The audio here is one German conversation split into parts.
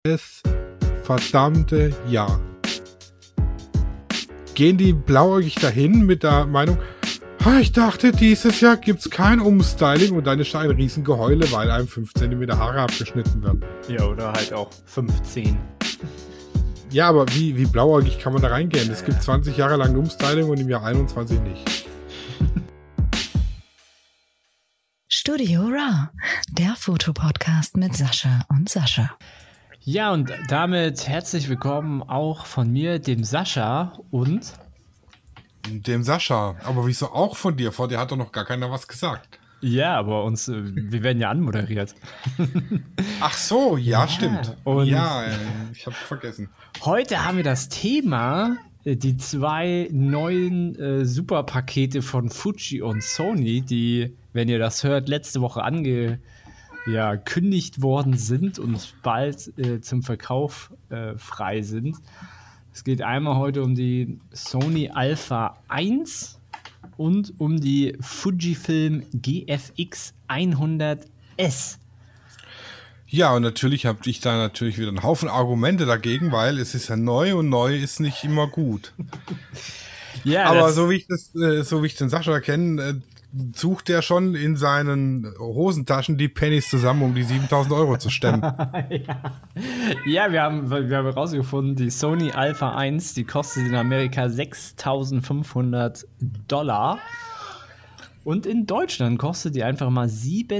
Das verdammte Jahr. Gehen die blauäugig dahin mit der Meinung, ich dachte, dieses Jahr gibt's kein Umstyling und dann ist da ein Riesengeheule, weil einem 5 cm Haare abgeschnitten werden. Ja, oder halt auch 15. Ja, aber wie blauäugig kann man da reingehen? Es gibt 20 Jahre lang Umstyling und im Jahr 21 nicht. Studio Raw, der Fotopodcast mit Sascha und Sascha. Ja, und damit herzlich willkommen auch von mir, dem Sascha und... Dem Sascha. Aber wieso auch von dir? Vor dir hat doch noch gar keiner was gesagt. Ja, aber wir werden ja anmoderiert. Ach so, ja, stimmt. Und ja, ich habe vergessen. heute haben wir das Thema, die 2 neuen Superpakete von Fuji und Sony, die, wenn ihr das hört, letzte Woche angekündigt worden sind und bald zum Verkauf frei sind. Es geht einmal heute um die Sony Alpha 1 und um die Fujifilm GFX 100S. Ja, und natürlich habe ich da natürlich wieder einen Haufen Argumente dagegen, weil es ist ja neu und neu ist nicht immer gut. Ja, aber so wie ich den Sascha kenne, sucht er schon in seinen Hosentaschen die Pennies zusammen, um die 7.000 Euro zu stemmen. Ja, wir haben herausgefunden, die Sony Alpha 1, die kostet in Amerika $6.500 und in Deutschland kostet die einfach mal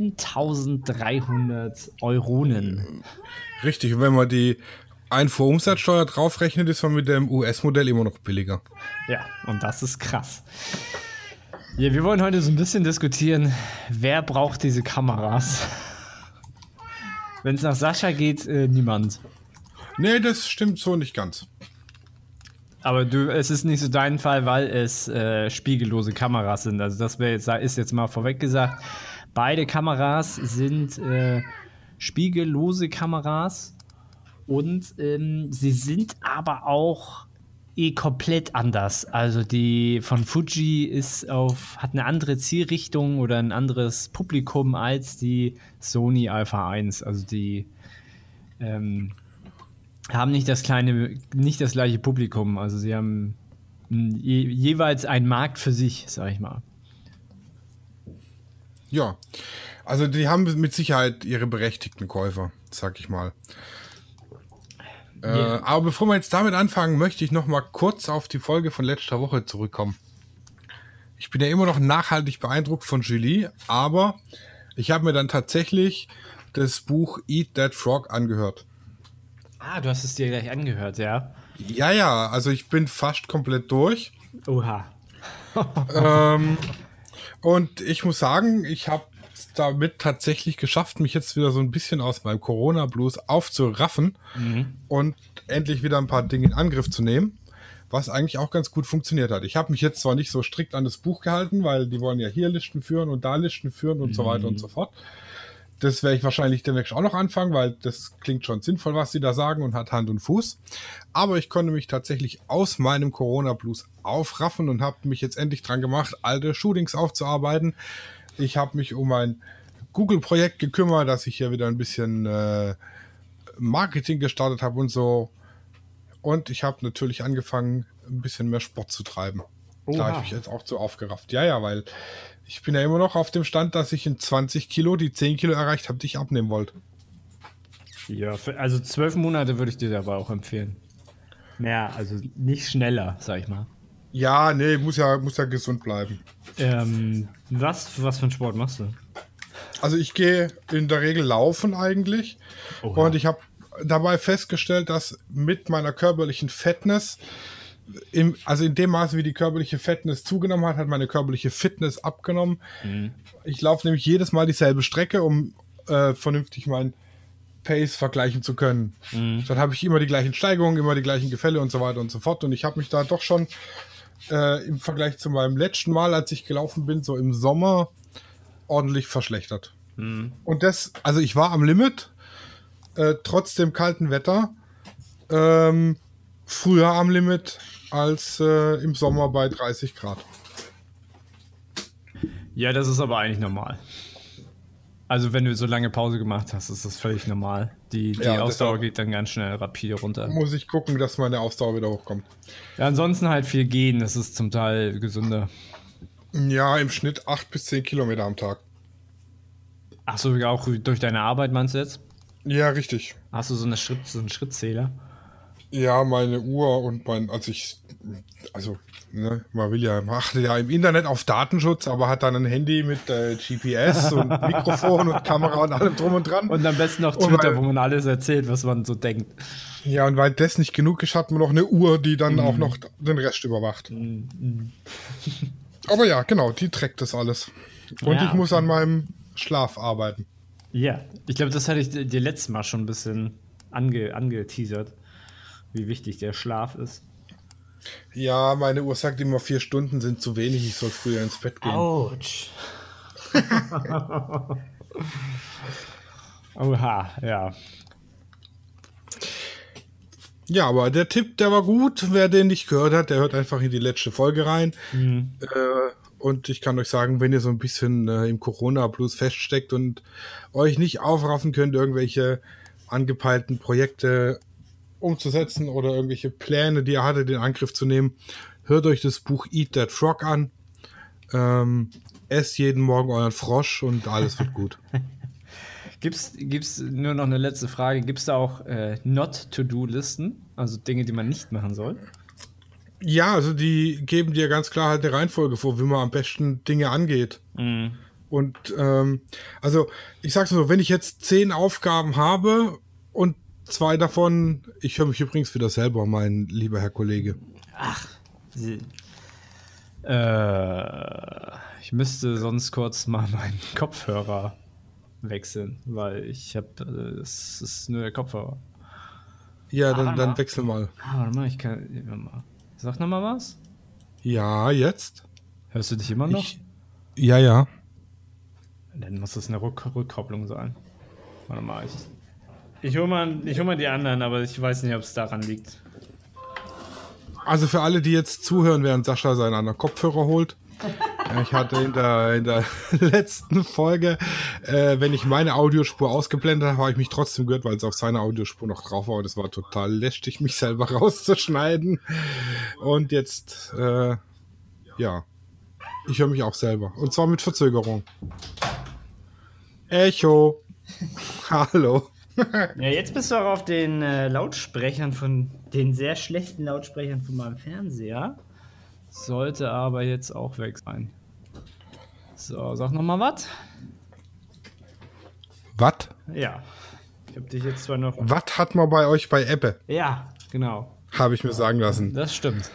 7.300 Euronen. Richtig, und wenn man die Einfuhrumsatzsteuer draufrechnet, ist man mit dem US-Modell immer noch billiger. Ja, und das ist krass. Ja, wir wollen heute so ein bisschen diskutieren, wer braucht diese Kameras? Wenn es nach Sascha geht, niemand. Nee, das stimmt so nicht ganz. Aber es ist nicht so dein Fall, weil es spiegellose Kameras sind. Also das ist jetzt mal vorweg gesagt. Beide Kameras sind spiegellose Kameras und sie sind aber auch komplett anders. Also die von Fuji hat eine andere Zielrichtung oder ein anderes Publikum als die Sony Alpha 1. Also die haben nicht das gleiche Publikum. Also sie haben jeweils einen Markt für sich, sag ich mal. Ja, also die haben mit Sicherheit ihre berechtigten Käufer, sag ich mal. Yeah. Aber bevor wir jetzt damit anfangen, möchte ich noch mal kurz auf die Folge von letzter Woche zurückkommen. Ich bin ja immer noch nachhaltig beeindruckt von Julie, aber ich habe mir dann tatsächlich das Buch Eat That Frog angehört. Ah, du hast es dir gleich angehört, ja? Ja, also ich bin fast komplett durch. Oha. Und ich muss sagen, ich habe damit tatsächlich geschafft, mich jetzt wieder so ein bisschen aus meinem Corona-Blues aufzuraffen und endlich wieder ein paar Dinge in Angriff zu nehmen, was eigentlich auch ganz gut funktioniert hat. Ich habe mich jetzt zwar nicht so strikt an das Buch gehalten, weil die wollen ja hier Listen führen und da Listen führen und so weiter und so fort. Das werde ich wahrscheinlich demnächst auch noch anfangen, weil das klingt schon sinnvoll, was sie da sagen und hat Hand und Fuß. Aber ich konnte mich tatsächlich aus meinem Corona-Blues aufraffen und habe mich jetzt endlich dran gemacht, alte Shootings aufzuarbeiten. Ich habe mich um ein Google-Projekt gekümmert, dass ich hier wieder ein bisschen Marketing gestartet habe und so. Und ich habe natürlich angefangen, ein bisschen mehr Sport zu treiben. Oha. Da habe ich mich jetzt auch so aufgerafft. Ja, weil ich bin ja immer noch auf dem Stand, dass ich in 20 Kilo die 10 Kilo erreicht habe, die ich abnehmen wollte. Ja, also 12 Monate würde ich dir dabei auch empfehlen. Naja, also nicht schneller, sag ich mal. Ja, nee, muss ja gesund bleiben. Was für einen Sport machst du? Also ich gehe in der Regel laufen eigentlich. Oha. Und ich habe dabei festgestellt, dass mit meiner körperlichen Fitness, in dem Maße, wie die körperliche Fitness zugenommen hat, hat meine körperliche Fitness abgenommen. Ich laufe nämlich jedes Mal dieselbe Strecke, um vernünftig meinen Pace vergleichen zu können. Dann habe ich immer die gleichen Steigungen, immer die gleichen Gefälle und so weiter und so fort. Und ich habe mich da doch schon im Vergleich zu meinem letzten Mal, als ich gelaufen bin, so im Sommer, ordentlich verschlechtert. Und also ich war am Limit, trotz dem kalten Wetter, früher am Limit als im Sommer bei 30 Grad. Ja, das ist aber eigentlich normal. Also wenn du so lange Pause gemacht hast, ist das völlig normal. Die Ausdauer geht dann ganz schnell rapide runter. Muss ich gucken, dass meine Ausdauer wieder hochkommt. Ja, ansonsten halt viel gehen, das ist zum Teil gesünder. Ja, im Schnitt 8 bis 10 Kilometer am Tag. Ach so, auch durch deine Arbeit meinst du jetzt? Ja, richtig. Hast du so einen Schrittzähler? Ja, meine Uhr und man will ja, macht ja im Internet auf Datenschutz, aber hat dann ein Handy mit GPS und Mikrofon und Kamera und allem drum und dran. Und am besten noch Twitter, wo man alles erzählt, was man so denkt. Ja, und weil das nicht genug ist, hat man noch eine Uhr, die dann auch noch den Rest überwacht. Aber ja, genau, die trägt das alles. Und Ja, ich muss an meinem Schlaf arbeiten. Ja, ich glaube, das hatte ich dir letztes Mal schon ein bisschen angeteasert, wie wichtig der Schlaf ist. Ja, meine Uhr sagt immer, 4 Stunden sind zu wenig, ich soll früher ins Bett gehen. Autsch. Oha, ja. Ja, aber der Tipp, der war gut. Wer den nicht gehört hat, der hört einfach in die letzte Folge rein. Und ich kann euch sagen, wenn ihr so ein bisschen im Corona-Blues feststeckt und euch nicht aufraffen könnt, irgendwelche angepeilten Projekte umzusetzen oder irgendwelche Pläne, die ihr hattet, in Angriff zu nehmen, hört euch das Buch Eat That Frog an. Esst jeden Morgen euren Frosch und alles wird gut. Gibt's nur noch eine letzte Frage? Gibt es da auch Not-to-Do-Listen? Also Dinge, die man nicht machen soll? Ja, also die geben dir ganz klar halt eine Reihenfolge vor, wie man am besten Dinge angeht. Und also ich sag's mal so, wenn ich jetzt 10 Aufgaben habe und 2 davon, ich höre mich übrigens wieder selber, mein lieber Herr Kollege. Ich müsste sonst kurz mal meinen Kopfhörer wechseln, weil ich habe, es ist nur der Kopfhörer. Ja, dann wechsel mal. Warte mal, warte mal. Sag noch mal was? Ja, jetzt? Hörst du dich immer noch? Ja. Dann muss das eine Rückkopplung sein. Warte mal, ich hol mal die anderen, aber ich weiß nicht, ob es daran liegt. Also für alle, die jetzt zuhören, während Sascha seinen anderen Kopfhörer holt. Ich hatte in der letzten Folge, wenn ich meine Audiospur ausgeblendet habe, habe ich mich trotzdem gehört, weil es auf seiner Audiospur noch drauf war. Und es war total lästig, mich selber rauszuschneiden. Und jetzt, ja, ich höre mich auch selber. Und zwar mit Verzögerung. Echo. Hallo. Ja, jetzt bist du auch auf den Lautsprechern den sehr schlechten Lautsprechern von meinem Fernseher. Sollte aber jetzt auch weg sein. So, sag noch mal was. Was? Ja. Ich hab dich jetzt zwar noch... Was hat man bei euch bei Ebbe? Ja, genau. Habe ich mir sagen lassen. Das stimmt.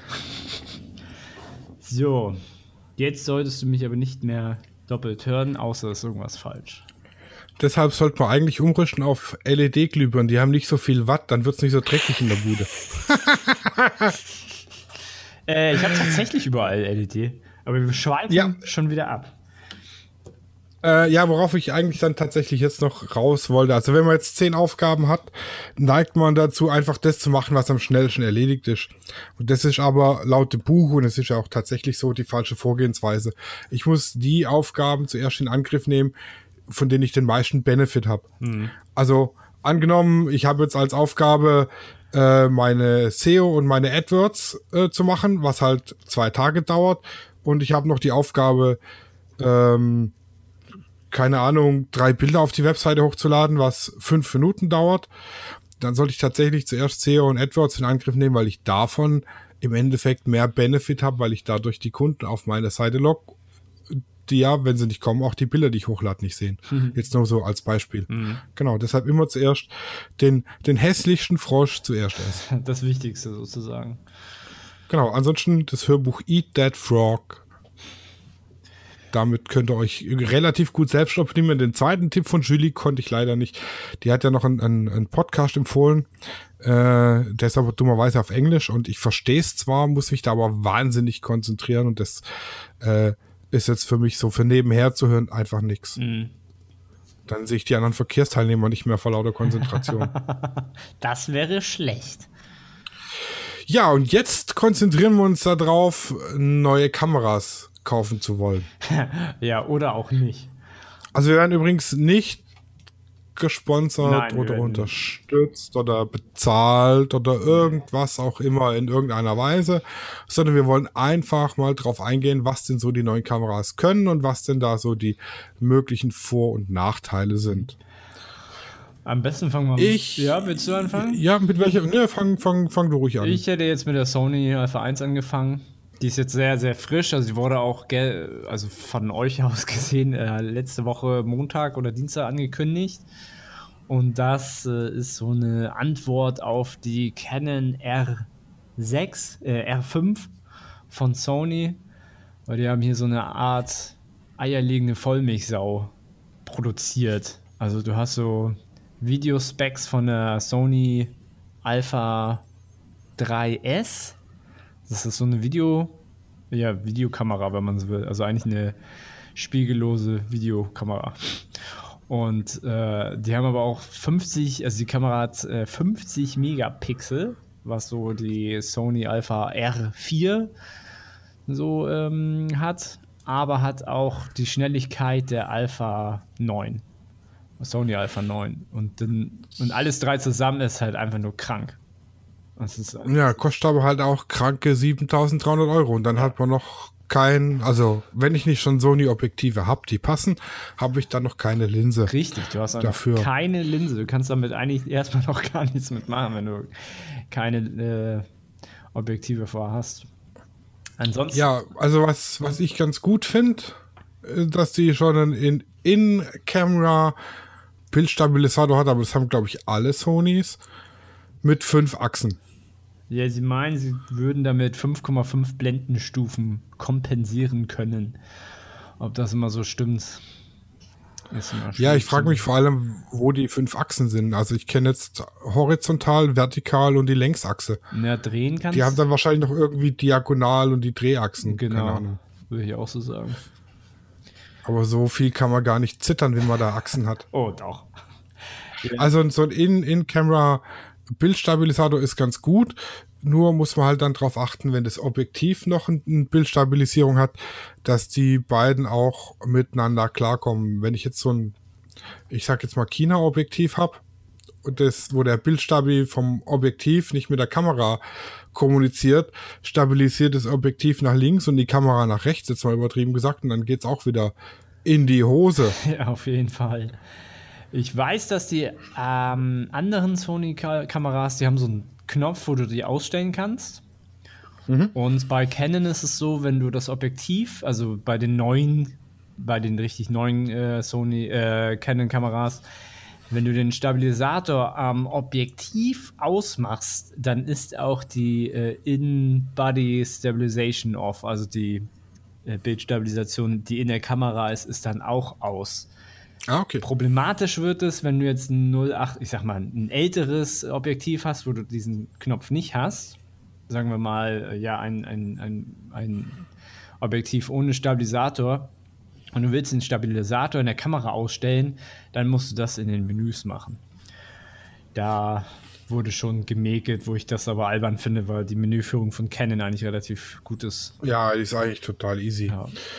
So. Jetzt solltest du mich aber nicht mehr doppelt hören, außer es ist irgendwas falsch. Deshalb sollte man eigentlich umrüsten auf LED-Glühbirnen. Die haben nicht so viel Watt, dann wird es nicht so dreckig in der Bude. Ich habe tatsächlich überall LED, aber wir schweifen schon wieder ab. Ja, worauf ich eigentlich dann tatsächlich jetzt noch raus wollte. Also wenn man jetzt 10 Aufgaben hat, neigt man dazu, einfach das zu machen, was am schnellsten erledigt ist. Und das ist aber laut dem Buch, und es ist ja auch tatsächlich so, die falsche Vorgehensweise. Ich muss die Aufgaben zuerst in Angriff nehmen, von denen ich den meisten Benefit habe. Also angenommen, ich habe jetzt als Aufgabe meine SEO und meine AdWords zu machen, was halt 2 Tage dauert, und ich habe noch die Aufgabe, keine Ahnung, 3 Bilder auf die Webseite hochzuladen, was 5 Minuten dauert. Dann sollte ich tatsächlich zuerst SEO und AdWords in Angriff nehmen, weil ich davon im Endeffekt mehr Benefit habe, weil ich dadurch die Kunden auf meine Seite logge, die ja, wenn sie nicht kommen, auch die Bilder, die ich hochlade, nicht sehen. Jetzt nur so als Beispiel. Genau, deshalb immer zuerst den hässlichsten Frosch zuerst essen. Das Wichtigste sozusagen. Genau, ansonsten das Hörbuch Eat That Frog. Damit könnt ihr euch relativ gut selbst optimieren. Den zweiten Tipp von Julie konnte ich leider nicht. Die hat ja noch einen Podcast empfohlen. Der ist aber dummerweise auf Englisch und ich verstehe es zwar, muss mich da aber wahnsinnig konzentrieren und das ist jetzt für mich so für nebenher zu hören einfach nichts. Dann sehe ich die anderen Verkehrsteilnehmer nicht mehr vor lauter Konzentration. Das wäre schlecht. Ja, und jetzt konzentrieren wir uns darauf, neue Kameras kaufen zu wollen. Ja, oder auch nicht. Also wir werden übrigens nicht gesponsert Nein, oder unterstützt oder bezahlt oder irgendwas auch immer in irgendeiner Weise, sondern wir wollen einfach mal drauf eingehen, was denn so die neuen Kameras können und was denn da so die möglichen Vor- und Nachteile sind. Am besten fangen wir mit. Ja, willst du anfangen? Ja, mit welcher? Ne, fang du ruhig an. Ich hätte jetzt mit der Sony Alpha 1 angefangen. Die ist jetzt sehr, sehr frisch. Also die wurde auch also von euch aus gesehen letzte Woche Montag oder Dienstag angekündigt. Und das ist so eine Antwort auf die Canon R5 von Sony. Weil die haben hier so eine Art eierlegende Vollmilchsau produziert. Also du hast so Video-Specs von der Sony Alpha 3S. Das ist so eine Videokamera, wenn man so will. Also eigentlich eine spiegellose Videokamera. Und die haben aber auch 50, also die Kamera hat 50 Megapixel, was so die Sony Alpha R4 so hat, aber hat auch die Schnelligkeit der Alpha 9. Sony Alpha 9. Und alles drei zusammen ist halt einfach nur krank. Ja, kostet aber halt auch kranke 7.300 Euro. Und dann hat man noch also wenn ich nicht schon Sony-Objektive habe, die passen, habe ich dann noch keine Linse. Richtig, du hast einfach keine Linse. Du kannst damit eigentlich erstmal noch gar nichts mitmachen, wenn du keine Objektive vorhast. Ansonsten. Ja, also was ich ganz gut finde, dass die schon einen In-Camera Bildstabilisator hat, aber das haben, glaube ich, alle Sonys mit 5 Achsen. Ja, sie meinen, sie würden damit 5,5 Blendenstufen kompensieren können. Ob das immer so stimmt, ist immer schwierig. Ja, ich frage mich vor allem, wo die 5 Achsen sind. Also ich kenne jetzt horizontal, vertikal und die Längsachse. Ja, drehen kannst du. Die haben dann wahrscheinlich noch irgendwie diagonal und die Drehachsen. Genau, keine Ahnung. Würde ich auch so sagen. Aber so viel kann man gar nicht zittern, wenn man da Achsen hat. Oh, doch. Ja. Also so ein In-Camera Bildstabilisator ist ganz gut, nur muss man halt dann drauf achten, wenn das Objektiv noch eine Bildstabilisierung hat, dass die beiden auch miteinander klarkommen. Wenn ich jetzt so ein, ich sag jetzt mal China-Objektiv habe, wo der Bildstabi vom Objektiv nicht mit der Kamera kommuniziert, stabilisiert das Objektiv nach links und die Kamera nach rechts, jetzt mal übertrieben gesagt, und dann geht's auch wieder in die Hose. Ja, auf jeden Fall. Ich weiß, dass die anderen Sony-Kameras, die haben so einen Knopf, wo du die ausstellen kannst. Mhm. Und bei Canon ist es so, wenn du das Objektiv, also bei den richtig neuen Sony Canon-Kameras, wenn du den Stabilisator am Objektiv ausmachst, dann ist auch die In-Body Stabilization off, also die Bildstabilisation, die in der Kamera ist dann auch aus. Ah, okay. Problematisch wird es, wenn du jetzt ein 08, ich sag mal, ein älteres Objektiv hast, wo du diesen Knopf nicht hast. Sagen wir mal, ja, ein Objektiv ohne Stabilisator. Und du willst den Stabilisator in der Kamera ausstellen, dann musst du das in den Menüs machen. Da wurde schon gemäkelt, wo ich das aber albern finde, weil die Menüführung von Canon eigentlich relativ gut ist. Ja, die ist eigentlich total easy.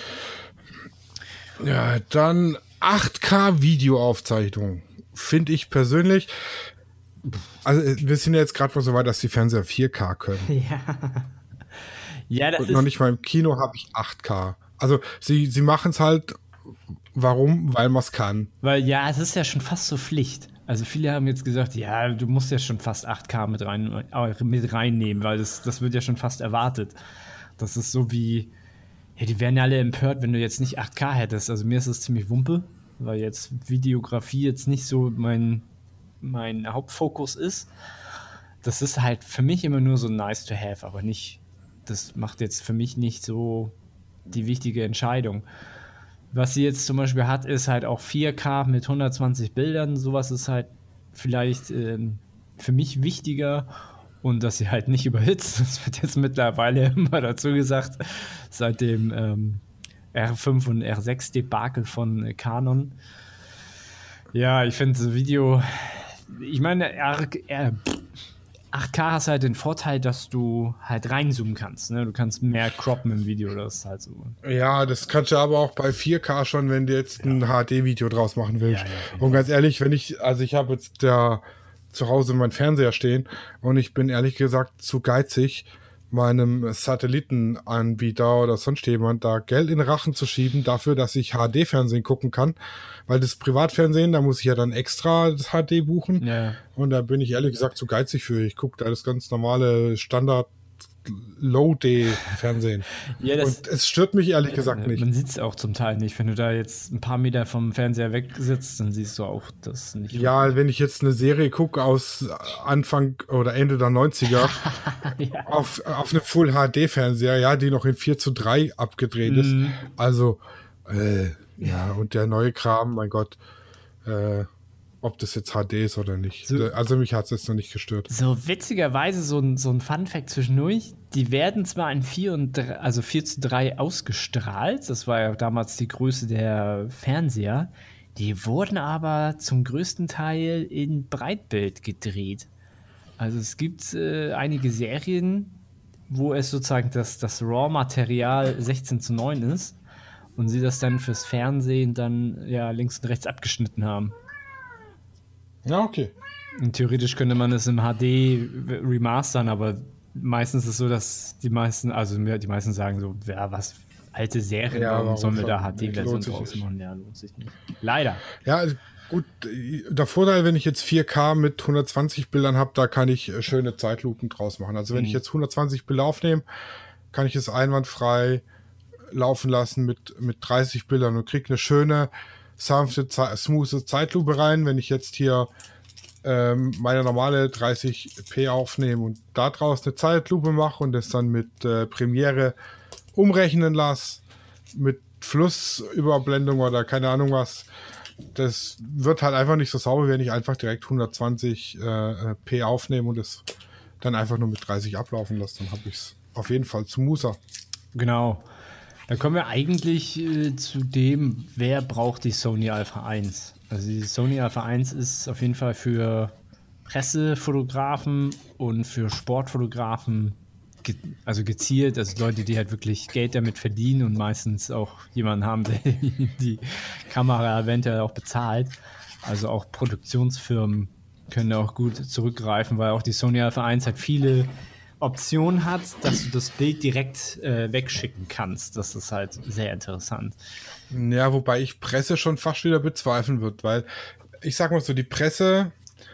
Ja, dann 8K Videoaufzeichnung finde ich persönlich, also wir sind ja jetzt gerade mal so weit, dass die Fernseher 4K können. Ja, das und ist noch nicht mal im Kino habe ich 8K. Also sie machen es halt, warum? Weil man es kann. Weil ja, es ist ja schon fast so Pflicht. Also viele haben jetzt gesagt, ja, du musst ja schon fast 8K mit reinnehmen, weil das wird ja schon fast erwartet. Das ist so wie, ja, die wären ja alle empört, wenn du jetzt nicht 8K hättest. Also mir ist es ziemlich Wumpe, weil jetzt Videografie jetzt nicht so mein Hauptfokus ist. Das ist halt für mich immer nur so nice to have, aber nicht, das macht jetzt für mich nicht so die wichtige Entscheidung. Was sie jetzt zum Beispiel hat, ist halt auch 4K mit 120 Bildern. Sowas ist halt vielleicht für mich wichtiger. Und dass sie halt nicht überhitzt. Das wird jetzt mittlerweile immer dazu gesagt, seit dem R5 und R6 Debakel von Canon. Ja, ich finde das Video, ich meine, 8K hast halt den Vorteil, dass du halt reinzoomen kannst. Ne? Du kannst mehr croppen im Video, das ist halt so. Ja, das kannst du aber auch bei 4K schon, wenn du jetzt ein HD-Video draus machen willst. Ja. Und ganz ehrlich, ich habe jetzt zu Hause meinen Fernseher stehen und ich bin ehrlich gesagt zu geizig, meinem Satellitenanbieter oder sonst jemand da Geld in den Rachen zu schieben dafür, dass ich HD-Fernsehen gucken kann, weil das Privatfernsehen, da muss ich ja dann extra das HD buchen und da bin ich ehrlich gesagt zu geizig für. Ich gucke da das ganz normale Standard Low-D-Fernsehen. Und es stört mich ehrlich gesagt nicht. Man sieht es auch zum Teil nicht. Wenn du da jetzt ein paar Meter vom Fernseher weg sitzt, dann siehst du auch das nicht. Ja, wenn ich jetzt eine Serie gucke aus Anfang oder Ende der 90er auf eine Full-HD-Fernseher, ja, die noch in 4:3 abgedreht ist. Also, und der neue Kram, mein Gott, ob das jetzt HD ist oder nicht. So, also mich hat es jetzt noch nicht gestört. So witzigerweise so ein Fun-Fact zwischendurch, die werden zwar in 4:3 ausgestrahlt, das war ja damals die Größe der Fernseher, die wurden aber zum größten Teil in Breitbild gedreht. Also es gibt einige Serien, wo es sozusagen das RAW-Material 16:9 ist und sie das dann fürs Fernsehen dann ja links und rechts abgeschnitten haben. Ja, okay. Und theoretisch könnte man es im HD remastern, aber meistens ist es so, dass die meisten sagen so, ja, was, alte Serien, warum sollen wir da HD-Version draus machen? Ja, lohnt sich nicht. Leider. Ja, also gut, der Vorteil, wenn ich jetzt 4K mit 120 Bildern habe, da kann ich schöne Zeitlupen draus machen. Also wenn ich jetzt 120 Bilder aufnehme, kann ich es einwandfrei laufen lassen mit 30 Bildern und kriege eine schöne, sanfte, smooth Zeitlupe rein. Wenn ich jetzt hier meine normale 30p aufnehme und da draus eine Zeitlupe mache und das dann mit Premiere umrechnen lasse, mit Flussüberblendung oder keine Ahnung was, das wird halt einfach nicht so sauber, wenn ich einfach direkt 120p aufnehme und es dann einfach nur mit 30 ablaufen lasse. Dann habe ich es auf jeden Fall smoother. Genau. Da kommen wir eigentlich zu dem, wer braucht die Sony Alpha 1? Also die Sony Alpha 1 ist auf jeden Fall für Pressefotografen und für Sportfotografen gezielt, also Leute, die halt wirklich Geld damit verdienen und meistens auch jemanden haben, der die Kamera eventuell auch bezahlt. Also auch Produktionsfirmen können da auch gut zurückgreifen, weil auch die Sony Alpha 1 halt viele Option hat, dass du das Bild direkt wegschicken kannst. Das ist halt sehr interessant. Ja, wobei ich Presse schon fast wieder bezweifeln würde, weil ich sag mal so, die Presse,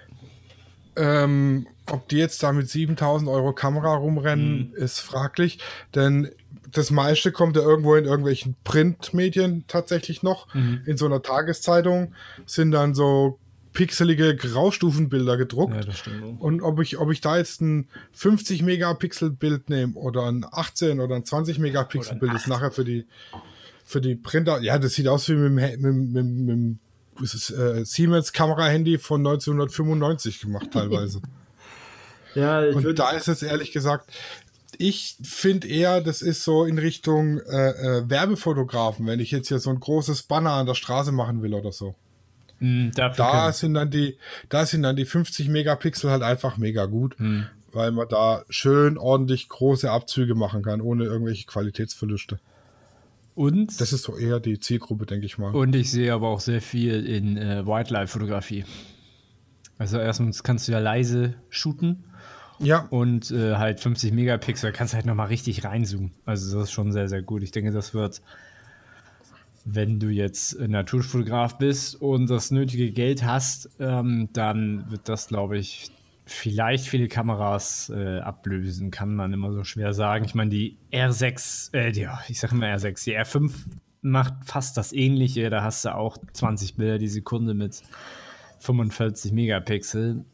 ob die jetzt da mit 7.000 Euro Kamera rumrennen, ist fraglich, denn das meiste kommt ja irgendwo in irgendwelchen Printmedien tatsächlich noch. In so einer Tageszeitung sind dann so pixelige Graustufenbilder gedruckt. Ja, das stimmt. Und ob ich da jetzt ein 50 Megapixel Bild nehme oder ein 18 oder ein 20 Megapixel Bild ist nachher für die Printer. Ja, das sieht aus wie mit Siemens Kamera-Handy von 1995 gemacht teilweise. Ja, und da ist es ehrlich gesagt, ich finde eher, das ist so in Richtung Werbefotografen, wenn ich jetzt hier so ein großes Banner an der Straße machen will oder so. Da sind dann die 50 Megapixel halt einfach mega gut, weil man da schön ordentlich große Abzüge machen kann, ohne irgendwelche Qualitätsverluste. Und das ist so eher die Zielgruppe, denke ich mal. Und ich sehe aber auch sehr viel in Wildlife-Fotografie. Also erstens kannst du ja leise shooten. Ja. Und halt 50 Megapixel, kannst du halt nochmal richtig reinzoomen. Also das ist schon sehr, sehr gut. Ich denke, das wird, wenn du jetzt Naturfotograf bist und das nötige Geld hast, dann wird das, glaube ich, vielleicht viele Kameras ablösen, kann man immer so schwer sagen. Ich meine, die R6, ich sage immer R6, die R5 macht fast das Ähnliche. Da hast du auch 20 Bilder die Sekunde mit 45 Megapixel.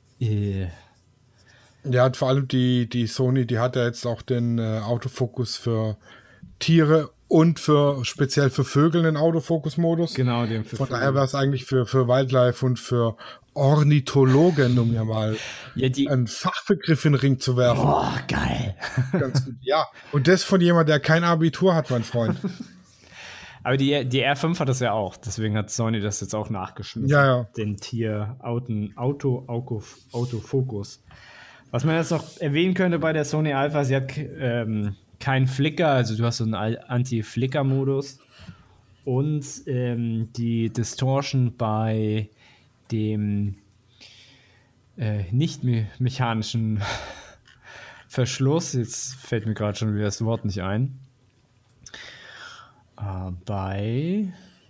Ja, und vor allem die Sony, die hat ja jetzt auch den Autofokus für Tiere und speziell für Vögel einen Autofokus-Modus. Genau, den für Von Vögel. Daher war es eigentlich für Wildlife und für Ornithologen, um ja mal einen Fachbegriff in den Ring zu werfen. Boah, geil. Ganz gut. Ja, und das von jemand, der kein Abitur hat, mein Freund. Aber die R5 hat das ja auch, deswegen hat Sony das jetzt auch nachgeschmissen. Ja. Den Autofokus. Was man jetzt noch erwähnen könnte bei der Sony Alpha, sie hat keinen Flicker, also du hast so einen Anti-Flicker-Modus und die Distortion bei dem nicht mechanischen Verschluss, jetzt fällt mir gerade schon wieder das Wort nicht ein, bei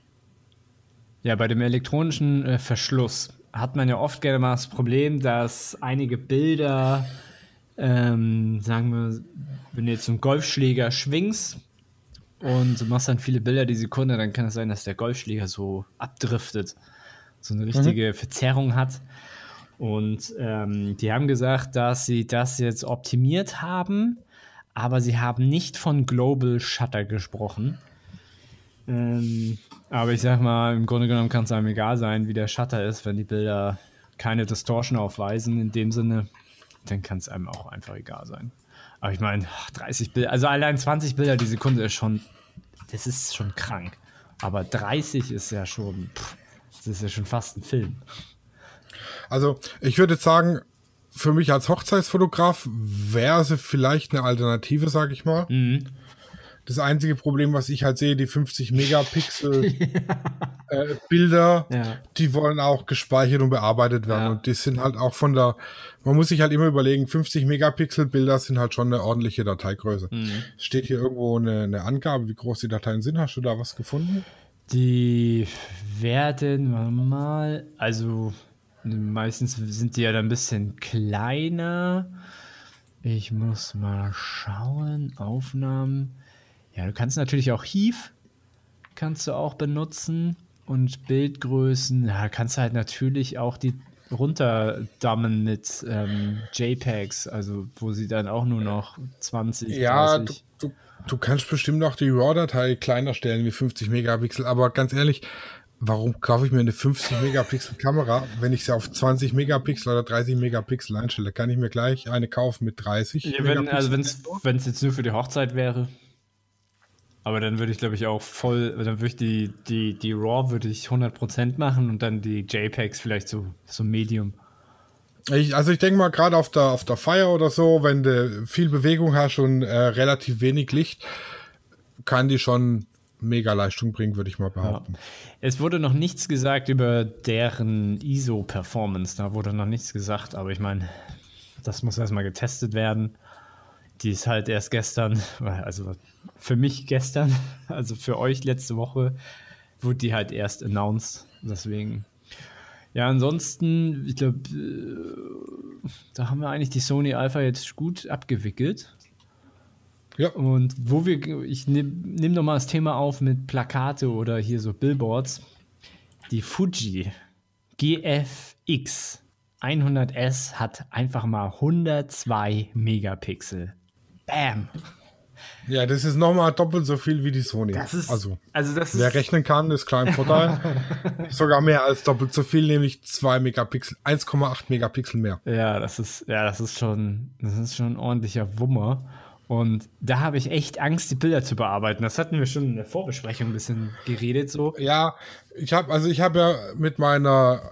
dem elektronischen Verschluss hat man ja oft gerne mal das Problem, dass einige Bilder, sagen wir, wenn du jetzt so einen Golfschläger schwingst und du machst dann viele Bilder die Sekunde, dann kann es sein, dass der Golfschläger so abdriftet, so eine richtige Verzerrung hat. Und die haben gesagt, dass sie das jetzt optimiert haben, aber sie haben nicht von Global Shutter gesprochen. Aber ich sag mal, im Grunde genommen kann es einem egal sein, wie der Shutter ist, wenn die Bilder keine Distortion aufweisen, in dem Sinne, dann kann es einem auch einfach egal sein. Aber ich meine, 30 Bilder, also allein 20 Bilder die Sekunde ist schon, das ist schon krank. Aber 30 ist ja schon, das ist ja schon fast ein Film. Also, ich würde jetzt sagen, für mich als Hochzeitsfotograf wäre sie vielleicht eine Alternative, sag ich mal. Mhm. Das einzige Problem, was ich halt sehe, die 50 Megapixel Bilder, die wollen auch gespeichert und bearbeitet werden. Ja. Und die sind halt auch man muss sich halt immer überlegen, 50 Megapixel Bilder sind halt schon eine ordentliche Dateigröße. Mhm. Steht hier irgendwo eine Angabe, wie groß die Dateien sind? Hast du da was gefunden? Die werden also meistens sind die ja dann ein bisschen kleiner. Ich muss mal schauen, Aufnahmen. Ja, du kannst natürlich auch HEIF kannst du auch benutzen und Bildgrößen. Ja, kannst du halt natürlich auch die runterdammen mit JPEGs, also wo sie dann auch nur noch 20, 30... Ja, du kannst bestimmt auch die RAW-Datei kleiner stellen wie 50 Megapixel, aber ganz ehrlich, warum kaufe ich mir eine 50 Megapixel Kamera, wenn ich sie auf 20 Megapixel oder 30 Megapixel einstelle? Kann ich mir gleich eine kaufen mit 30 Megapixel? Also wenn es jetzt nur für die Hochzeit wäre. Aber dann würde ich, glaube ich, auch dann würde ich die RAW würde ich 100% machen und dann die JPEGs vielleicht so Medium. Ich denke mal, gerade auf der Feier oder so, wenn du viel Bewegung hast und relativ wenig Licht, kann die schon mega Leistung bringen, würde ich mal behaupten. Ja. Es wurde noch nichts gesagt über deren ISO-Performance. Da wurde noch nichts gesagt, aber ich meine, das muss erstmal getestet werden. Die ist halt erst gestern, also für mich gestern, also für euch letzte Woche, wurde die halt erst announced. Deswegen. Ja, ansonsten, ich glaube, da haben wir eigentlich die Sony Alpha jetzt gut abgewickelt. Ja. Und ich nehme nochmal das Thema auf mit Plakate oder hier so Billboards. Die Fuji GFX 100S hat einfach mal 102 Megapixel. Bam! Ja, das ist nochmal doppelt so viel wie die Sony. Wer rechnen kann, ist klar im Vorteil. Sogar mehr als doppelt so viel, nämlich 2 Megapixel, 1,8 Megapixel mehr. Ja, das ist schon ein ordentlicher Wummer. Und da habe ich echt Angst, die Bilder zu bearbeiten. Das hatten wir schon in der Vorbesprechung ein bisschen geredet so. Ja, ich habe ja mit meiner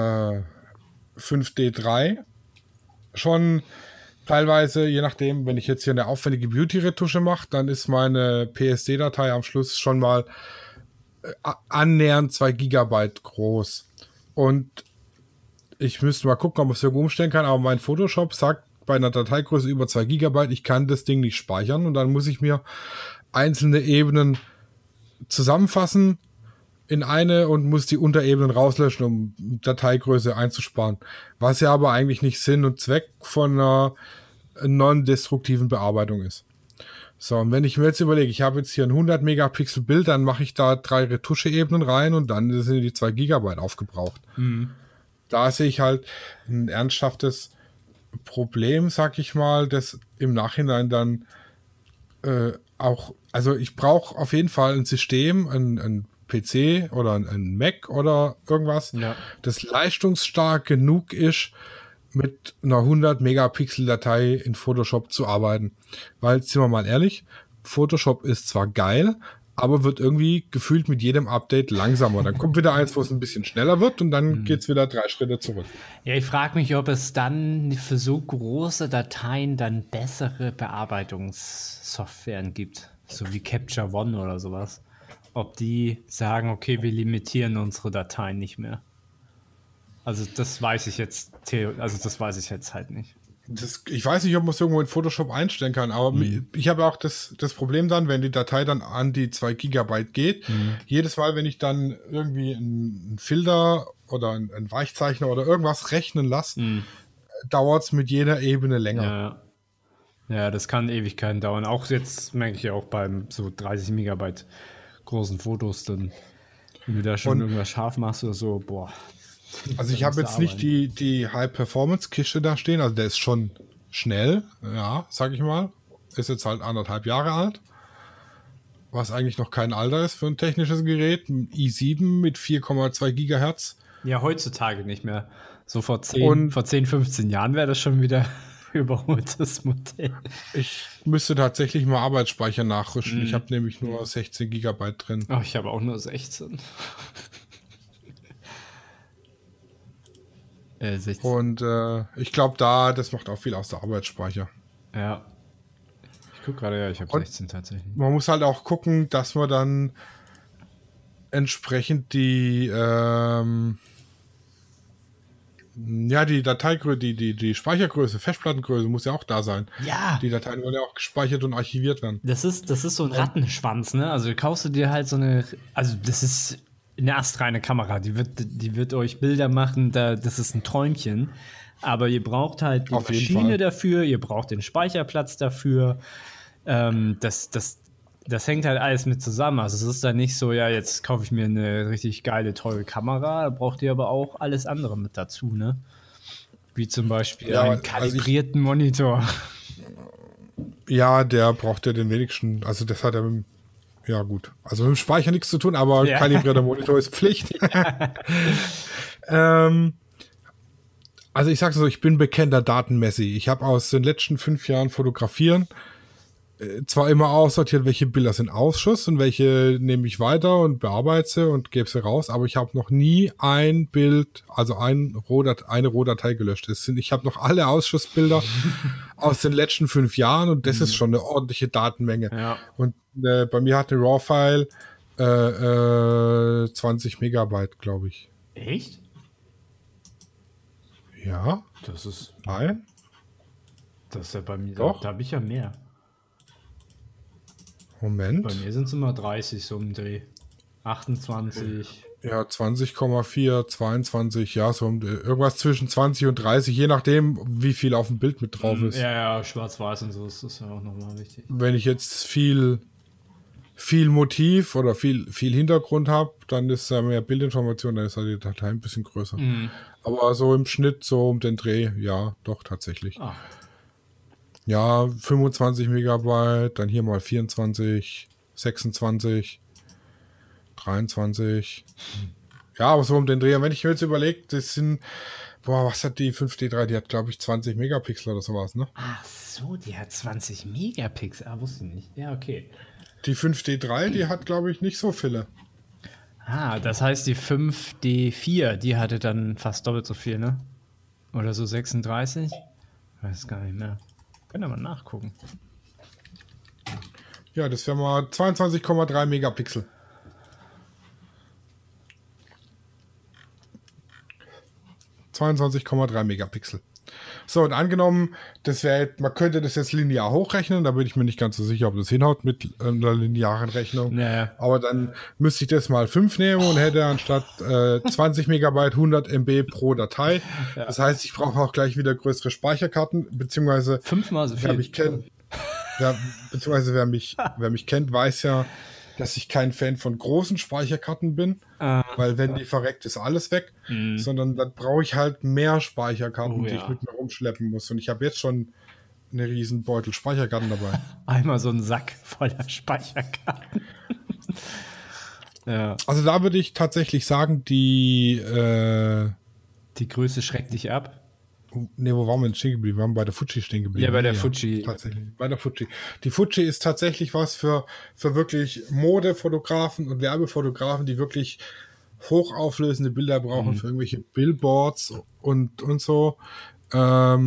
5D3 schon teilweise, je nachdem, wenn ich jetzt hier eine aufwendige Beauty-Retusche mache, dann ist meine PSD-Datei am Schluss schon mal annähernd 2 Gigabyte groß. Und ich müsste mal gucken, ob man es irgendwo umstellen kann, aber mein Photoshop sagt, bei einer Dateigröße über 2 Gigabyte, ich kann das Ding nicht speichern und dann muss ich mir einzelne Ebenen zusammenfassen in eine und muss die Unterebenen rauslöschen, um Dateigröße einzusparen. Was ja aber eigentlich nicht Sinn und Zweck von einer non-destruktiven Bearbeitung ist. So, und wenn ich mir jetzt überlege, ich habe jetzt hier ein 100 Megapixel Bild, dann mache ich da 3 Retuscheebenen rein und dann sind die 2 Gigabyte aufgebraucht. Mhm. Da sehe ich halt ein ernsthaftes Problem, sag ich mal, das im Nachhinein dann auch, also ich brauche auf jeden Fall ein System, ein PC oder ein Mac oder irgendwas, das leistungsstark genug ist, mit einer 100 Megapixel Datei in Photoshop zu arbeiten. Weil, sind wir mal ehrlich, Photoshop ist zwar geil, aber wird irgendwie gefühlt mit jedem Update langsamer. Dann kommt wieder eins, wo es ein bisschen schneller wird und dann geht's wieder 3 Schritte zurück. Ja, ich frage mich, ob es dann für so große Dateien dann bessere Bearbeitungssoftwaren gibt, so wie Capture One oder sowas. Ob die sagen, okay, wir limitieren unsere Dateien nicht mehr. Also das weiß ich jetzt halt nicht. Ich weiß nicht, ob man es irgendwo in Photoshop einstellen kann, aber ich habe auch das Problem dann, wenn die Datei dann an die 2 Gigabyte geht. Jedes Mal, wenn ich dann irgendwie einen Filter oder einen Weichzeichner oder irgendwas rechnen lasse, dauert es mit jeder Ebene länger. Ja, das kann Ewigkeiten dauern. Auch jetzt merke ich ja auch beim so 30 Megabyte großen Fotos, dann, wenn du da schon irgendwas scharf machst oder so, boah. Also ich habe jetzt nicht die High-Performance-Kiste da stehen, also der ist schon schnell, ja, sag ich mal. Ist jetzt halt 1,5 Jahre alt, was eigentlich noch kein Alter ist für ein technisches Gerät. Ein i7 mit 4,2 Gigahertz. Ja, heutzutage nicht mehr. So vor 10, 15 Jahren wäre das schon wieder überholtes Modell. Ich müsste tatsächlich mal Arbeitsspeicher nachrüsten. Ich habe nämlich nur 16 Gigabyte drin. Oh, ich habe auch nur 16. 16. Und ich glaube, das macht auch viel aus der Arbeitsspeicher. Ja. Ich gucke gerade, ja, ich habe 16 tatsächlich. Man muss halt auch gucken, dass man dann entsprechend die Dateigröße, die Speichergröße, Festplattengröße muss ja auch da sein. Ja. Die Dateien wollen ja auch gespeichert und archiviert werden. Das ist so ein Rattenschwanz, ne? Also kaufst du dir halt so eine, also das ist eine astreine Kamera, die wird euch Bilder machen, das ist ein Träumchen. Aber ihr braucht halt die Maschine dafür, ihr braucht den Speicherplatz dafür. Das hängt halt alles mit zusammen. Also es ist dann nicht so, ja, jetzt kaufe ich mir eine richtig geile, teure Kamera, da braucht ihr aber auch alles andere mit dazu, ne? Wie zum Beispiel einen kalibrierten Monitor. Ja, der braucht ja den wenigsten, also das hat er mit ja gut, also mit dem Speicher nichts zu tun, aber kalibrierter Monitor ist Pflicht. Also ich sage so, ich bin bekennender Datenmessi. Ich habe aus den letzten 5 Jahren Fotografieren zwar immer aussortiert, welche Bilder sind Ausschuss und welche nehme ich weiter und bearbeite sie und gebe sie raus, aber ich habe noch nie ein Bild, also eine Rohdatei gelöscht. Ich habe noch alle Ausschussbilder aus den letzten 5 Jahren und das ist schon eine ordentliche Datenmenge. Ja. Und bei mir hat eine RAW-File 20 Megabyte, glaube ich. Echt? Ja. Das ist. Nein. Das ist ja bei mir. Doch. Da habe ich ja mehr. Moment. Bei mir sind es immer 30 so im Dreh. 28. Ja, 20,4, 22, ja, so irgendwas zwischen 20 und 30, je nachdem, wie viel auf dem Bild mit drauf ist. Ja, schwarz-weiß und so ist das ja auch nochmal wichtig. Wenn ich jetzt viel Motiv oder viel Hintergrund habe, dann ist da mehr Bildinformation, dann ist halt die Datei ein bisschen größer. Aber so im Schnitt, so um den Dreh, ja, doch, tatsächlich. Ah. Ja, 25 Megabyte, dann hier mal 24, 26, 23. Ja, aber so um den Dreh. Wenn ich mir jetzt überlege, das sind, was hat die 5D3? Die hat, glaube ich, 20 Megapixel oder sowas, ne? Ach so, die hat 20 Megapixel. Ah, wusste ich nicht. Ja, okay. Die 5D3, die hat, glaube ich, nicht so viele. Ah, das heißt, die 5D4, die hatte dann fast doppelt so viel, ne? Oder so 36? Weiß gar nicht mehr. Können wir mal nachgucken. Ja, das wäre mal 22,3 Megapixel. Megapixel. So, und angenommen, man könnte das jetzt linear hochrechnen, da bin ich mir nicht ganz so sicher, ob das hinhaut mit einer linearen Rechnung. Ja. Aber dann müsste ich das mal 5 nehmen und hätte anstatt 20 Megabyte 100 MB pro Datei. Ja. Das heißt, ich brauche auch gleich wieder größere Speicherkarten, beziehungsweise 5-mal so viel. Wer mich kennt, wer mich kennt, weiß ja, dass ich kein Fan von großen Speicherkarten bin, weil wenn die verreckt, ist alles weg, sondern dann brauche ich halt mehr Speicherkarten, die ich mit mir rumschleppen muss. Und ich habe jetzt schon eine riesen Beutel Speicherkarten dabei. Einmal so ein Sack voller Speicherkarten. Ja. Also da würde ich tatsächlich sagen, die Größe schreckt dich ab. Ne, wo waren wir denn stehen geblieben? Wir waren bei der Fuji stehen geblieben. Ja, bei der Fuji. Tatsächlich, bei der Fuji. Die Fuji ist tatsächlich was für wirklich Modefotografen und Werbefotografen, die wirklich hochauflösende Bilder brauchen für irgendwelche Billboards und so. Aber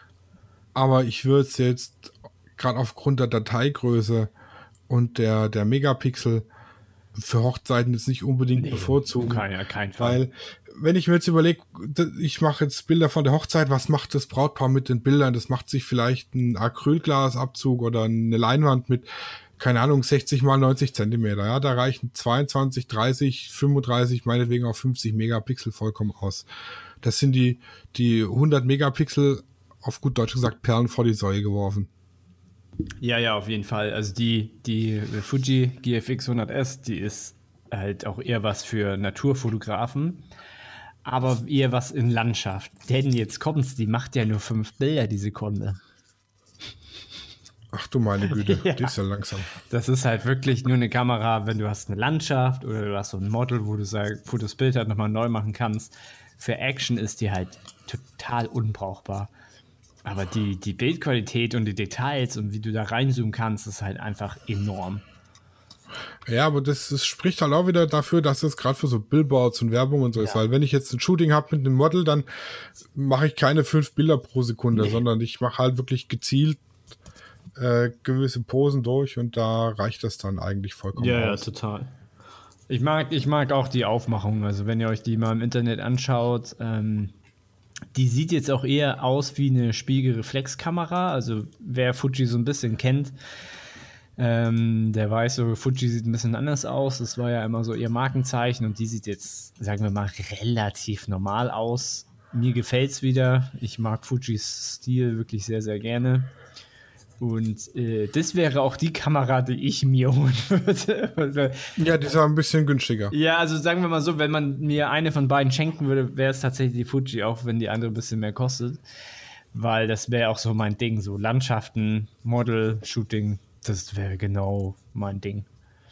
ich würde es jetzt gerade aufgrund der Dateigröße und der Megapixel für Hochzeiten jetzt nicht unbedingt bevorzugen. Kein Fall. Weil, wenn ich mir jetzt überlege, ich mache jetzt Bilder von der Hochzeit, was macht das Brautpaar mit den Bildern? Das macht sich vielleicht ein Acrylglasabzug oder eine Leinwand mit, keine Ahnung, 60 mal 90 Zentimeter. Ja, da reichen 22, 30, 35, meinetwegen auch 50 Megapixel vollkommen aus. Das sind die 100 Megapixel, auf gut Deutsch gesagt, Perlen vor die Säue geworfen. Ja, auf jeden Fall. Also die Fuji GFX 100S, die ist halt auch eher was für Naturfotografen, aber eher was in Landschaft. Denn jetzt kommt's, die macht ja nur 5 Bilder die Sekunde. Ach du meine Güte, die ist ja langsam. Das ist halt wirklich nur eine Kamera, wenn du hast eine Landschaft oder du hast so ein Model, wo du das Bild halt nochmal neu machen kannst. Für Action ist die halt total unbrauchbar. Aber die Bildqualität und die Details und wie du da reinzoomen kannst, ist halt einfach enorm. Ja, aber das spricht halt auch wieder dafür, dass es gerade für so Billboards und Werbung und so ist. Weil wenn ich jetzt ein Shooting habe mit einem Model, dann mache ich keine 5 Bilder pro Sekunde, sondern ich mache halt wirklich gezielt gewisse Posen durch und da reicht das dann eigentlich vollkommen aus. Ja, total. Ich mag auch die Aufmachung. Also wenn ihr euch die mal im Internet anschaut, die sieht jetzt auch eher aus wie eine Spiegelreflexkamera. Also wer Fuji so ein bisschen kennt, der weiß so, Fuji sieht ein bisschen anders aus. Das war ja immer so ihr Markenzeichen und die sieht jetzt, sagen wir mal, relativ normal aus. Mir gefällt's wieder. Ich mag Fujis Stil wirklich sehr, sehr gerne. Und das wäre auch die Kamera, die ich mir holen würde. Ja, die ist aber ein bisschen günstiger. Ja, also sagen wir mal so, wenn man mir eine von beiden schenken würde, wäre es tatsächlich die Fuji, auch wenn die andere ein bisschen mehr kostet. Weil das wäre auch so mein Ding, so Landschaften, Model, Shooting, das wäre genau mein Ding.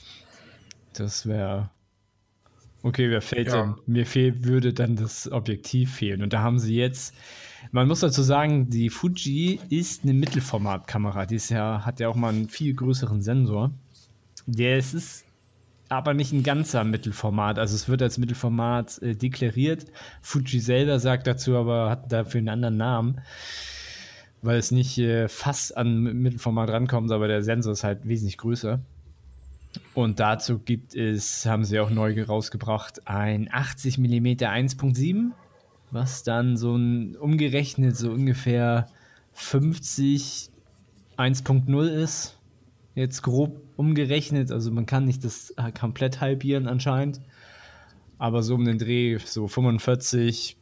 Das wäre... Okay, wer fehlt denn? Mir würde dann das Objektiv fehlen. Und da haben sie jetzt... Man muss dazu sagen, die Fuji ist eine Mittelformatkamera. Hat ja auch mal einen viel größeren Sensor. Es ist aber nicht ein ganzer Mittelformat. Also es wird als Mittelformat deklariert. Fuji selber sagt dazu aber, hat dafür einen anderen Namen, weil es nicht fast an Mittelformat rankommt, aber der Sensor ist halt wesentlich größer. Und dazu haben sie auch neu rausgebracht, ein 80 mm 1.7, was dann umgerechnet so ungefähr 50 1.0 ist. Jetzt grob umgerechnet, also man kann nicht das komplett halbieren anscheinend, aber so um den Dreh so 45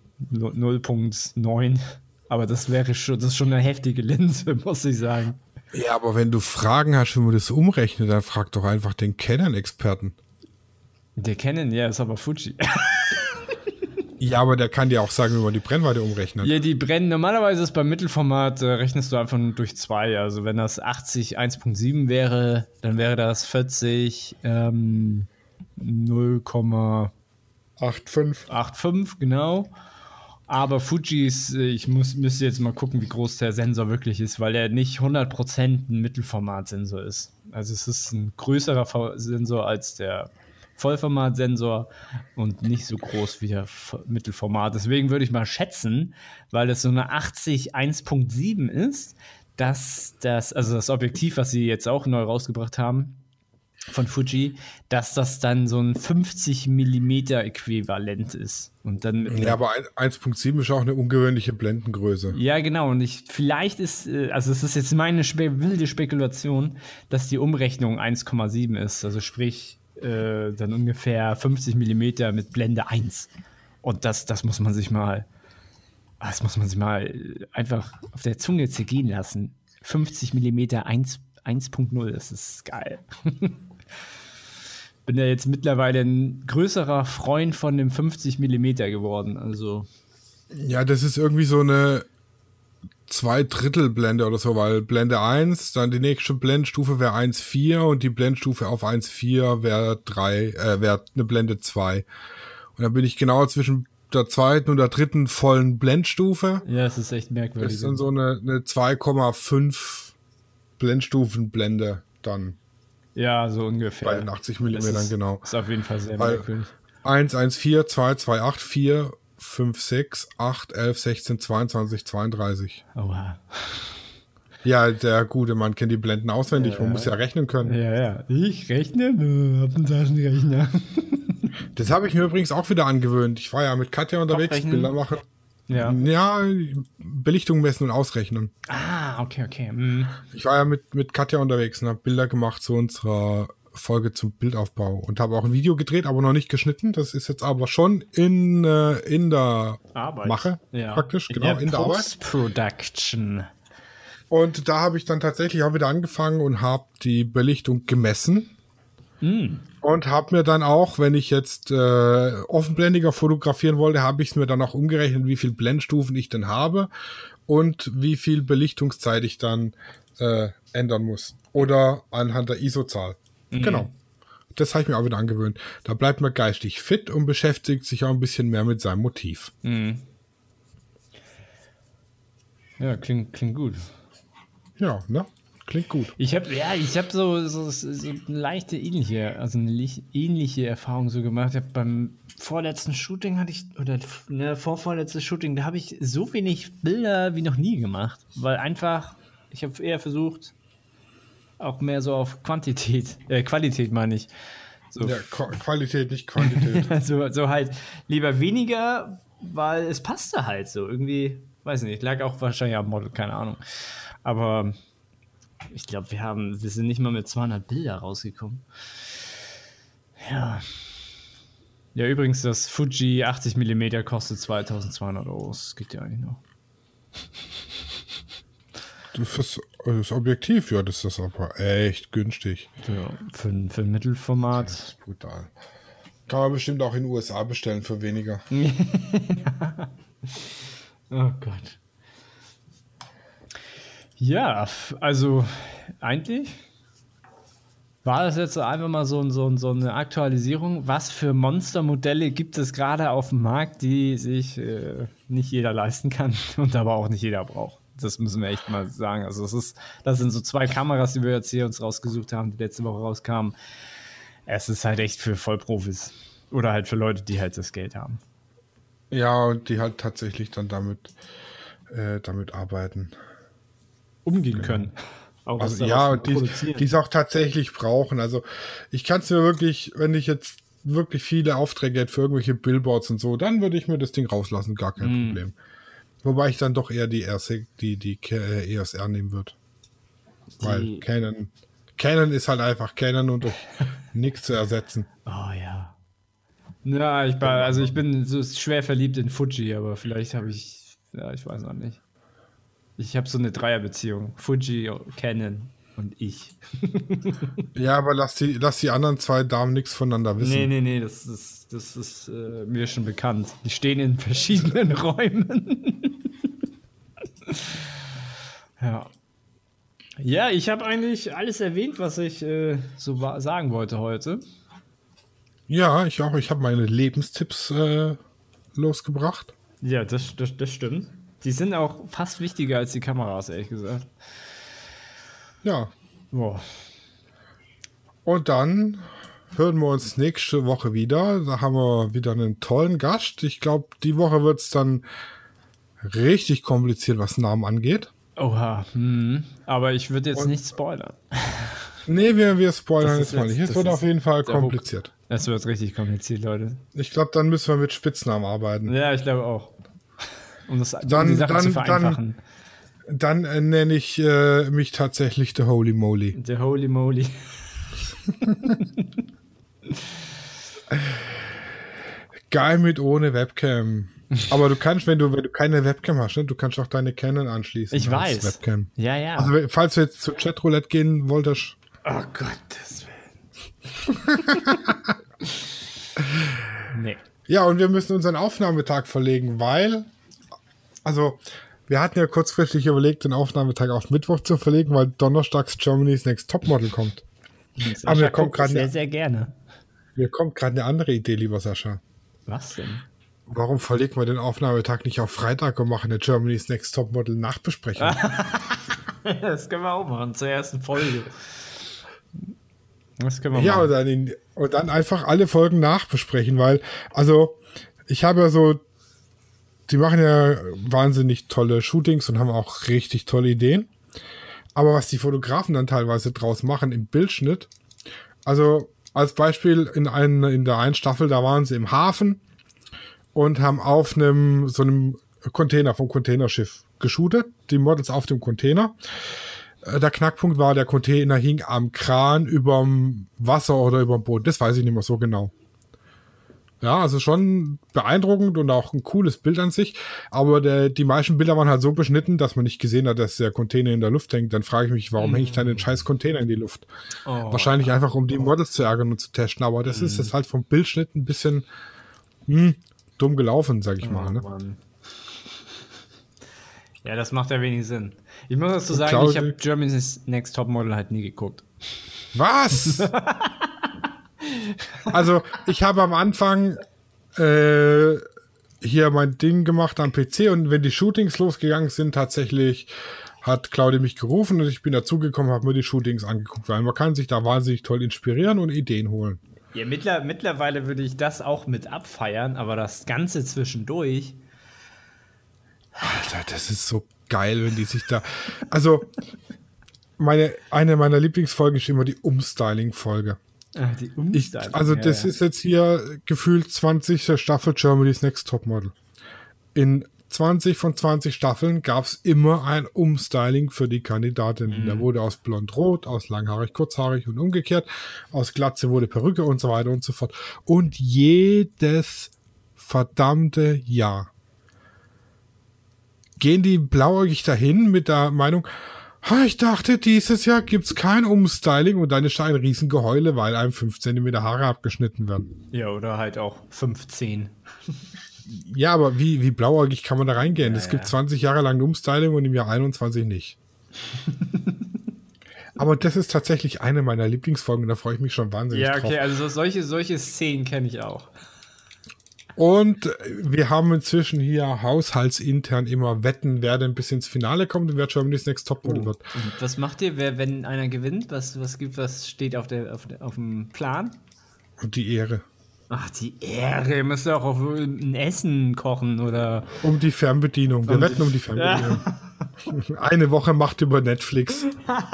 0.9, aber das ist schon eine heftige Linse, muss ich sagen. Ja, aber wenn du Fragen hast, wie man das umrechnet, dann frag doch einfach den Canon-Experten. Der Canon, ja, ist aber Fuji. Ja, aber der kann dir auch sagen, wie man die Brennweite umrechnet. Ja, normalerweise ist beim Mittelformat, rechnest du einfach nur durch 2. Also wenn das 80 1.7 wäre, dann wäre das 40 0,85, genau. Aber Fujis, müsste jetzt mal gucken, wie groß der Sensor wirklich ist, weil er nicht 100% ein Mittelformatsensor ist. Also es ist ein größerer Sensor als der Vollformatsensor und nicht so groß wie der Mittelformat. Deswegen würde ich mal schätzen, weil das so eine 80 1.7 ist, dass das Objektiv, was sie jetzt auch neu rausgebracht haben von Fuji, dass das dann so ein 50 mm Äquivalent ist. Und dann ja, aber 1.7 ist auch eine ungewöhnliche Blendengröße. Ja, genau. Und vielleicht ist, also es ist jetzt meine wilde Spekulation, dass die Umrechnung 1,7 ist. Also sprich, dann ungefähr 50 mm mit Blende 1. Und das muss man sich mal einfach auf der Zunge zergehen lassen. 50 mm 1.0, das ist geil. Bin ja jetzt mittlerweile ein größerer Freund von dem 50 mm geworden. Also. Ja, das ist irgendwie so eine 2/3 Blende oder so, weil Blende 1, dann die nächste Blendstufe wäre 1,4 und die Blendstufe auf 1,4 wäre eine Blende 2. Und dann bin ich genau zwischen der zweiten oder dritten vollen Blendstufe. Ja, es ist echt merkwürdig. Das ist dann so eine 2,5 Blendstufenblende dann. Ja, so ungefähr. Bei den 80 mm, genau. Ist auf jeden Fall sehr merkwürdig. 1, 1, 4, 2, 2, 8, 4, 5, 6, 8, 11, 16, 22, 32. Oha. Ja, der gute Mann kennt die Blenden auswendig. Man muss ja rechnen können. Ja. Ich rechne, hab einen Taschenrechner. Das habe ich mir übrigens auch wieder angewöhnt. Ich war ja mit Katja unterwegs, Bilder machen. Ja, Belichtung messen und ausrechnen. Ah, okay. Mhm. Ich war ja mit Katja unterwegs und habe Bilder gemacht zu unserer Folge zum Bildaufbau und habe auch ein Video gedreht, aber noch nicht geschnitten. Das ist jetzt aber schon in der Arbeit. Mache, praktisch, genau, in der Arbeit. Post-Production. Und da habe ich dann tatsächlich auch wieder angefangen und habe die Belichtung gemessen. Und habe mir dann auch, wenn ich jetzt offenblendiger fotografieren wollte, habe ich es mir dann auch umgerechnet, wie viel Blendstufen ich denn habe und wie viel Belichtungszeit ich dann ändern muss. Oder anhand der ISO-Zahl. Genau. Das habe ich mir auch wieder angewöhnt. Da bleibt man geistig fit und beschäftigt sich auch ein bisschen mehr mit seinem Motiv. Ja, klingt gut. Ja, ne? Klingt gut. Ich habe so eine leichte ähnliche Erfahrung so gemacht. Beim vorletzten Shooting vorvorletztes Shooting, da habe ich so wenig Bilder wie noch nie gemacht, weil einfach, ich habe eher versucht, auch mehr so auf Qualität meine ich. So. Ja, Qualität, nicht Quantität. so halt lieber weniger, weil es passte halt so irgendwie, weiß nicht, lag auch wahrscheinlich am Model, keine Ahnung. Aber ich glaube, wir sind nicht mal mit 200 Bilder rausgekommen. Ja. Ja, übrigens, das Fuji 80 mm kostet 2.200 €. Das geht ja eigentlich noch. Fürs das Objektiv, ja, das ist aber echt günstig. Ja, für ein Mittelformat. Das ist brutal. Kann man bestimmt auch in den USA bestellen für weniger. Oh Gott. Ja, also eigentlich war das jetzt einfach mal so eine Aktualisierung. Was für Monstermodelle gibt es gerade auf dem Markt, die sich nicht jeder leisten kann und aber auch nicht jeder braucht? Das müssen wir echt mal sagen. Also das sind so 2 Kameras, die wir jetzt hier uns rausgesucht haben, die letzte Woche rauskamen. Es ist halt echt für Vollprofis oder halt für Leute, die halt das Geld haben. Ja, und die halt tatsächlich dann damit arbeiten. Umgehen können. Auch also, ja, die es auch tatsächlich brauchen. Also ich kann es mir wirklich, wenn ich jetzt wirklich viele Aufträge hätte für irgendwelche Billboards und so, dann würde ich mir das Ding rauslassen, gar kein Problem. Wobei ich dann doch eher die EOS R nehmen würde. Weil Canon ist halt einfach Canon und durch nichts zu ersetzen. Oh ja. Ja, ich bin so schwer verliebt in Fuji, aber vielleicht habe ich weiß noch nicht. Ich habe so eine Dreierbeziehung. Fuji, Canon und ich. Ja, aber lass die anderen 2 Damen nichts voneinander wissen. Nee, das ist mir schon bekannt. Die stehen in verschiedenen Räumen. Ja. Ja, ich habe eigentlich alles erwähnt, was ich so sagen wollte heute. Ja, ich auch. Ich habe meine Lebenstipps losgebracht. Ja, das stimmt. Die sind auch fast wichtiger als die Kameras, ehrlich gesagt. Ja. Boah. Und dann hören wir uns nächste Woche wieder. Da haben wir wieder einen tollen Gast. Ich glaube, die Woche wird es dann richtig kompliziert, was Namen angeht. Oha. Aber ich würde jetzt nicht spoilern. Nee, wir spoilern jetzt mal nicht. Es wird auf jeden Fall kompliziert. Es wird richtig kompliziert, Leute. Ich glaube, dann müssen wir mit Spitznamen arbeiten. Ja, ich glaube auch. Um die Sache zu vereinfachen. Dann nenne ich mich tatsächlich The Holy Moly. The Holy Moly. Geil mit ohne Webcam. Aber du kannst, wenn du keine Webcam hast, ne, du kannst auch deine Canon anschließen. Ich weiß. Webcam. Ja. Also falls du jetzt zu Chatroulette gehen wolltest. Oh Gottes Willen. Nee. Ja, und wir müssen unseren Aufnahmetag verlegen, weil, also, wir hatten ja kurzfristig überlegt, den Aufnahmetag auf Mittwoch zu verlegen, weil donnerstags Germany's Next Topmodel kommt. Aber mir kommt gerade sehr gerne. Mir kommt gerade eine andere Idee, lieber Sascha. Was denn? Warum verlegen wir den Aufnahmetag nicht auf Freitag und machen eine Germany's Next Topmodel Nachbesprechung? Das können wir auch machen, zur ersten Folge. Das können wir machen. Und dann einfach alle Folgen nachbesprechen, weil, also, ich habe ja so, die machen ja wahnsinnig tolle Shootings und haben auch richtig tolle Ideen. Aber was die Fotografen dann teilweise draus machen im Bildschnitt, also als Beispiel in der einen Staffel, da waren sie im Hafen und haben auf so einem Container vom Containerschiff geshootet, die Models auf dem Container. Der Knackpunkt war, der Container hing am Kran überm Wasser oder überm Boot. Das weiß ich nicht mehr so genau. Ja, also schon beeindruckend und auch ein cooles Bild an sich. Aber die meisten Bilder waren halt so beschnitten, dass man nicht gesehen hat, dass der Container in der Luft hängt. Dann frage ich mich, warum hänge ich dann den scheiß Container in die Luft? Wahrscheinlich einfach, um die Models zu ärgern und zu testen. Aber das ist jetzt halt vom Bildschnitt ein bisschen dumm gelaufen, sag ich mal. Ne? Mann. Ja, das macht ja wenig Sinn. Ich muss dazu sagen, ich habe Germany's Next Topmodel halt nie geguckt. Was? Also, ich habe am Anfang hier mein Ding gemacht am PC und wenn die Shootings losgegangen sind, tatsächlich hat Claudia mich gerufen und ich bin dazugekommen, habe mir die Shootings angeguckt, weil man kann sich da wahnsinnig toll inspirieren und Ideen holen. Ja, mittlerweile würde ich das auch mit abfeiern, aber das Ganze zwischendurch. Alter, das ist so geil, wenn die sich da. Also, eine meiner Lieblingsfolgen ist immer die Umstyling-Folge. Ach, die Umstyling. Das ist jetzt hier gefühlt 20. Staffel Germany's Next Topmodel. In 20 von 20 Staffeln gab es immer ein Umstyling für die Kandidatin. Der wurde aus blond-rot, aus langhaarig, kurzhaarig und umgekehrt. Aus Glatze wurde Perücke und so weiter und so fort. Und jedes verdammte Jahr gehen die blauäugig dahin mit der Meinung, ich dachte, dieses Jahr gibt's kein Umstyling und dann ist da ein Riesengeheule, weil einem 5 cm Haare abgeschnitten werden. Ja, oder halt auch 15. Ja, aber wie blauäugig kann man da reingehen? Es gibt 20 Jahre lang Umstyling und im Jahr 21 nicht. Aber das ist tatsächlich eine meiner Lieblingsfolgen, da freue ich mich schon wahnsinnig drauf. Ja, okay, also solche Szenen kenne ich auch. Und wir haben inzwischen hier haushaltsintern immer Wetten, wer denn bis ins Finale kommt und wer Germany's Next Topmodel wird. Und was macht ihr, wenn einer gewinnt? Was steht auf dem Plan? Und die Ehre. Ach, die Ehre. Ihr müsst auch auf ein Essen kochen, oder? Um die Fernbedienung. Wir wetten um die Fernbedienung. Eine Woche Macht über Netflix.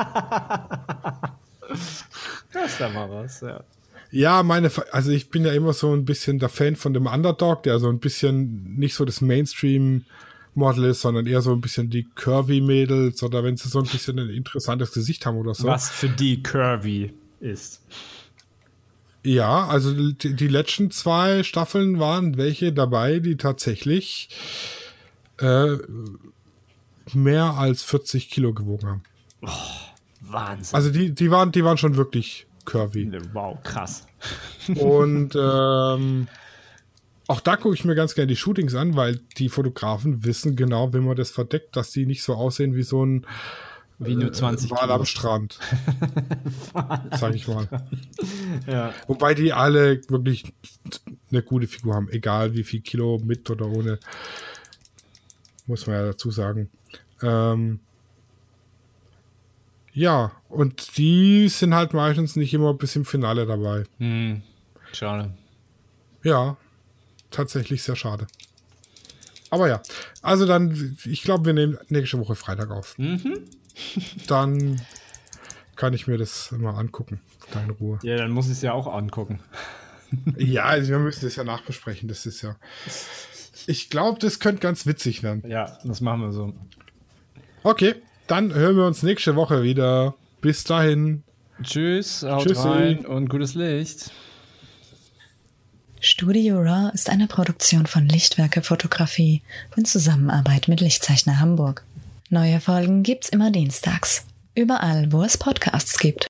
Das ist da mal was, ja. Ja, also ich bin ja immer so ein bisschen der Fan von dem Underdog, der so ein bisschen nicht so das Mainstream-Model ist, sondern eher so ein bisschen die Curvy-Mädels oder wenn sie so ein bisschen ein interessantes Gesicht haben oder so. Was für die Curvy ist. Ja, also die letzten 2 Staffeln waren welche dabei, die tatsächlich mehr als 40 Kilo gewogen haben. Oh, Wahnsinn. Also die waren schon wirklich curvy. Wow, krass. Und auch da gucke ich mir ganz gerne die Shootings an, weil die Fotografen wissen genau, wenn man das verdeckt, dass die nicht so aussehen wie so ein nur 20 Wal am Strand. Sag ich mal. Ja. Wobei die alle wirklich eine gute Figur haben, egal wie viel Kilo mit oder ohne. Muss man ja dazu sagen. Ja, und die sind halt meistens nicht immer bis im Finale dabei. Schade. Ja, tatsächlich sehr schade. Aber ja, also dann, ich glaube, wir nehmen nächste Woche Freitag auf. Dann kann ich mir das mal angucken, da in Ruhe. Ja, dann muss ich es ja auch angucken. Ja, also wir müssen das ja nachbesprechen, das ist ja... Ich glaube, das könnte ganz witzig werden. Ja, das machen wir so. Okay. Dann hören wir uns nächste Woche wieder. Bis dahin. Tschüss, haut rein und gutes Licht. Studio Raw ist eine Produktion von Lichtwerke Fotografie in Zusammenarbeit mit Lichtzeichner Hamburg. Neue Folgen gibt's immer dienstags. Überall, wo es Podcasts gibt.